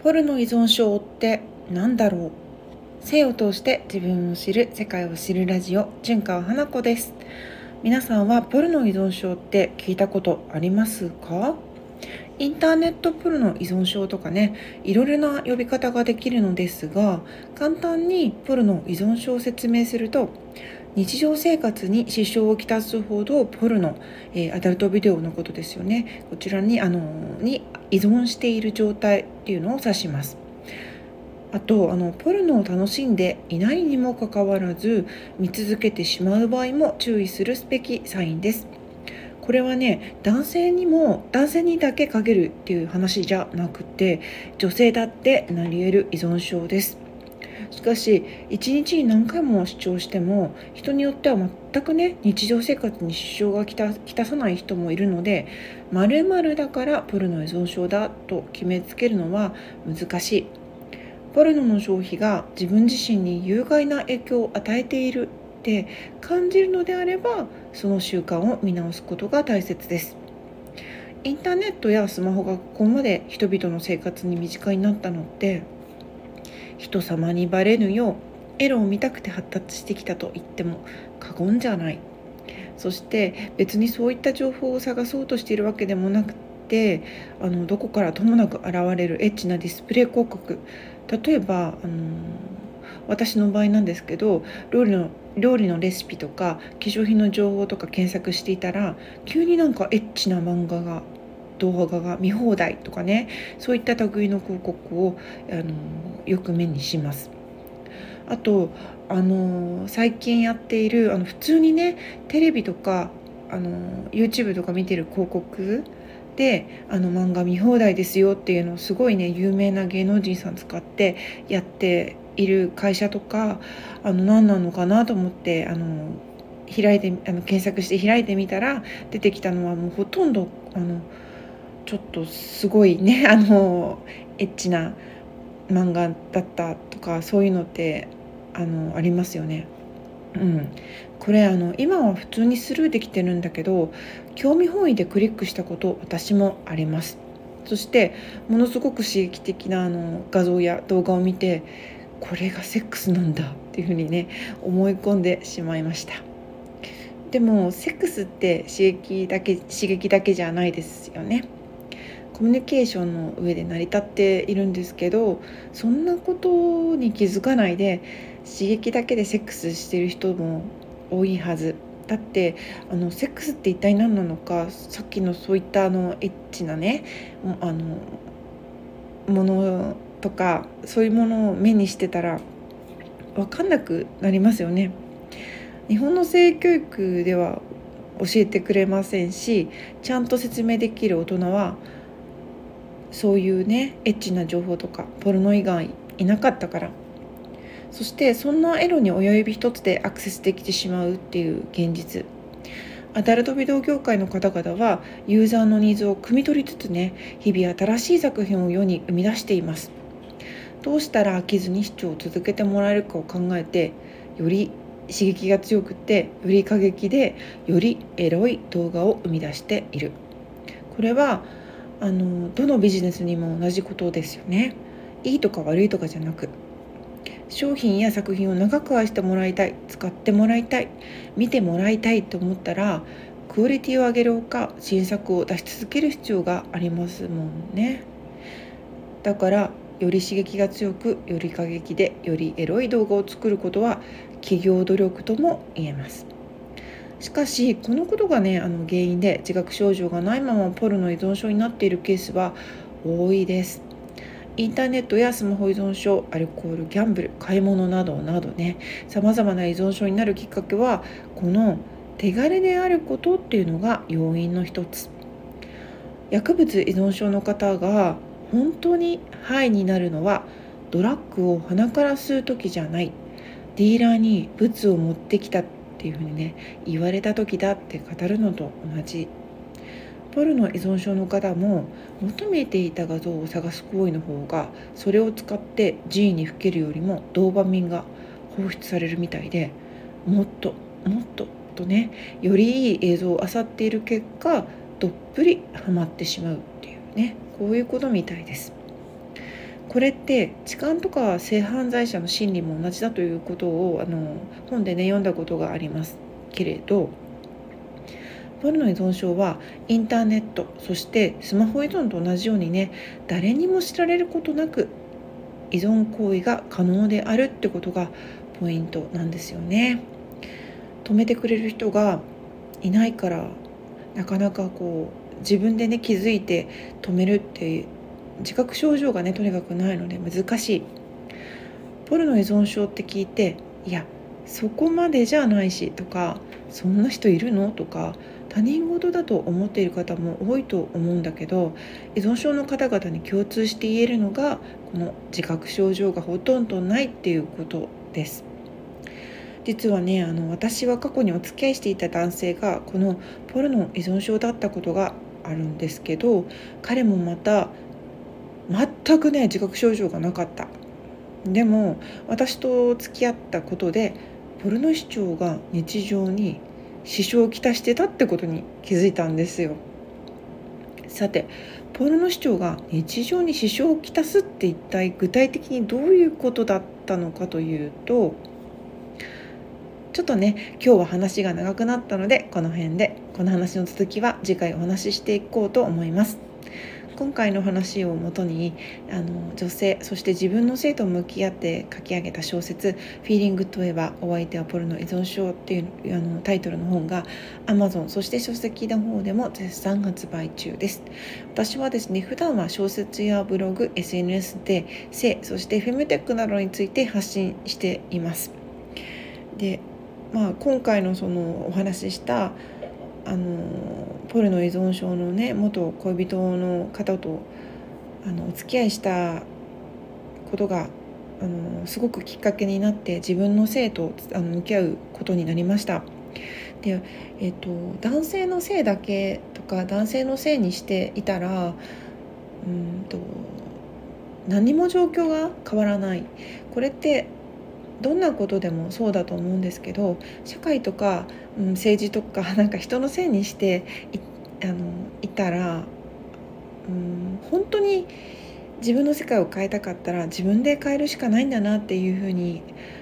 ポルノ依存症って何だろう。性を通して自分を知る、世界を知るラジオ、純川花子です。皆さんはポルノ依存症って聞いたことありますか？インターネットポルノ依存症とかね、いろいろな呼び方ができるのですが、簡単にポルノ依存症を説明すると、日常生活に支障をきたすほどポルノ、アダルトビデオのことですよね。こちらに依存している状態っていうのを指します。あとポルノを楽しんでいないにもかかわらず見続けてしまう場合も注意するべきサインです。これはね、男性にだけ限るっていう話じゃなくて、女性だってなり得る依存症です。しかし一日に何回も主張しても、人によっては全くね、日常生活に支障がきたさない人もいるので、〇〇だからポルノ依存症だと決めつけるのは難しい。ポルノの消費が自分自身に有害な影響を与えているって感じるのであれば、その習慣を見直すことが大切です。インターネットやスマホがここまで人々の生活に身近になったのって、人様にバレぬようエロを見たくて発達してきたと言っても過言じゃない。そして別にそういった情報を探そうとしているわけでもなくて、どこからともなく現れるエッチなディスプレイ広告、例えば私の場合なんですけど、料理のレシピとか化粧品の情報とか検索していたら、急になんかエッチな動画が見放題とかね、そういった類の広告をよく目にします。あと最近やっている普通にね、テレビとかYouTube とか見てる広告で漫画見放題ですよっていうのをすごいね、有名な芸能人さん使ってやっている会社とか、何なのかなと思って検索して開いてみたら、出てきたのはもうほとんどちょっとすごいねエッチな漫画だったとか、そういうのってありますよね。これ今は普通にスルーできてるんだけど、興味本位でクリックしたこと私もあります。そしてものすごく刺激的な画像や動画を見て、これがセックスなんだっていうふうにね、思い込んでしまいました。でもセックスって刺激だけじゃないですよね。コミュニケーションの上で成り立っているんですけど、そんなことに気づかないで刺激だけでセックスしている人も多いはずだって。セックスって一体何なのか、さっきのそういったエッチなね、あのものとか、そういうものを目にしてたら分かんなくなりますよね。日本の性教育では教えてくれませんし、ちゃんと説明できる大人はそういうね、エッチな情報とかポルノ以外いなかったから。そしてそんなエロに親指一つでアクセスできてしまうっていう現実、アダルトビデオ業界の方々はユーザーのニーズを汲み取りつつね、日々新しい作品を世に生み出しています。どうしたら飽きずに視聴を続けてもらえるかを考えて、より刺激が強くてより過激でよりエロい動画を生み出している。これはどのビジネスにも同じことですよね。いいとか悪いとかじゃなく、商品や作品を長く愛してもらいたい、使ってもらいたい、見てもらいたいと思ったら、クオリティを上げるほか新作を出し続ける必要がありますもんね。だからより刺激が強く、より過激でよりエロい動画を作ることは企業努力とも言えます。しかしこのことがね、原因で自覚症状がないままポルノ依存症になっているケースは多いです。インターネットやスマホ依存症、アルコール、ギャンブル、買い物などなどね、様々な依存症になるきっかけはこの手軽であることっていうのが要因の一つ。薬物依存症の方が本当にハイになるのは、ドラッグを鼻から吸う時じゃない、ディーラーにブツを持ってきたっていうふうにね、言われた時だって語るのと同じ。ポルノ依存症の方も求めていた画像を探す行為の方が、それを使って G にふけるよりもドーパミンが放出されるみたいで、もっともっととね、よりいい映像を漁っている結果、どっぷりハマってしまうっていうね、こういうことみたいです。 これって痴漢とか性犯罪者の心理も同じだということを本でね読んだことがありますけれど、ポルノ依存症はインターネット、そしてスマホ依存と同じようにね、誰にも知られることなく依存行為が可能であるってことがポイントなんですよね。止めてくれる人がいないから、なかなか自分でね気づいて止めるって自覚症状がねとにかくないので難しい。ポルノ依存症って聞いて、いやそこまでじゃないしとか、そんな人いるのとか他人事だと思っている方も多いと思うんだけど、依存症の方々に共通して言えるのがこの自覚症状がほとんどないっていうことです。実はね私は過去にお付き合いしていた男性がこのポルノ依存症だったことがあるんですけど、彼もまた全くね自覚症状がなかった。でも私と付き合ったことでポルノ視聴が日常に支障をきたしてたってことに気づいたんですよ。さて、ポルノ視聴が日常に支障をきたすって一体具体的にどういうことだったのかというと、ちょっとね今日は話が長くなったのでこの辺で、この話の続きは次回お話ししていこうと思います。今回の話をもとに女性、そして自分の性と向き合って書き上げた小説「フィーリングといえばお相手はポルノ依存症」っていうタイトルの本が Amazon、 そして書籍の方でも絶賛発売中です。私はですね、普段は小説やブログ、 SNS で性、そしてフェムテックなどについて発信しています。で、今回のそのお話ししたポルノ依存症のね元恋人の方とお付き合いしたことがすごくきっかけになって自分の性と向き合うことになりました。で、男性の性だけとか男性の性にしていたら何も状況が変わらない。これってどんなことでもそうだと思うんですけど、社会とか、政治とかなんか人のせいにしていたら、本当に自分の世界を変えたかったら自分で変えるしかないんだなっていうふうに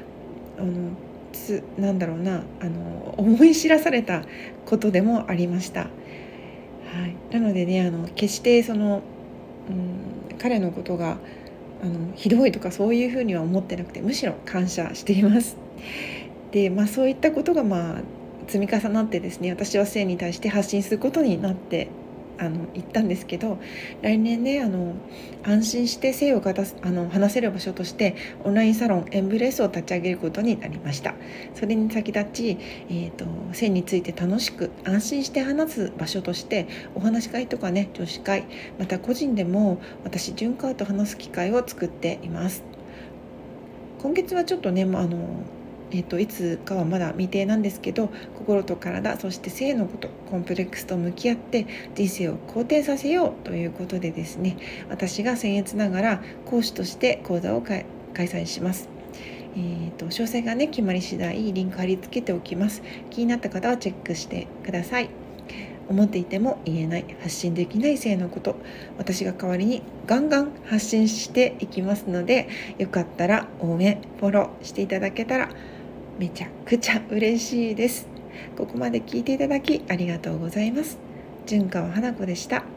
なんだろうな思い知らされたことでもありました。はい、なのでね決して彼のことがひどいとかそういうふうには思ってなくて、むしろ感謝しています。で、そういったことが積み重なってですね、私は性に対して発信することになって言ったんですけど、来年ね安心して性を話せる場所としてオンラインサロンエンブレスを立ち上げることになりました。それに先立ち、性について楽しく安心して話す場所としてお話し会とかね、女子会、また個人でも私純川と話す機会を作っています。今月はちょっとねいつかはまだ未定なんですけど、心と体、そして性のこと、コンプレックスと向き合って人生を好転させようということでですね、私が僭越ながら講師として講座を開催します。詳細がね決まり次第リンク貼り付けておきます。気になった方はチェックしてください。思っていても言えない、発信できない性のこと、私が代わりにガンガン発信していきますので、よかったら応援フォローしていただけたらめちゃくちゃ嬉しいです。ここまで聞いていただきありがとうございます。純川花子でした。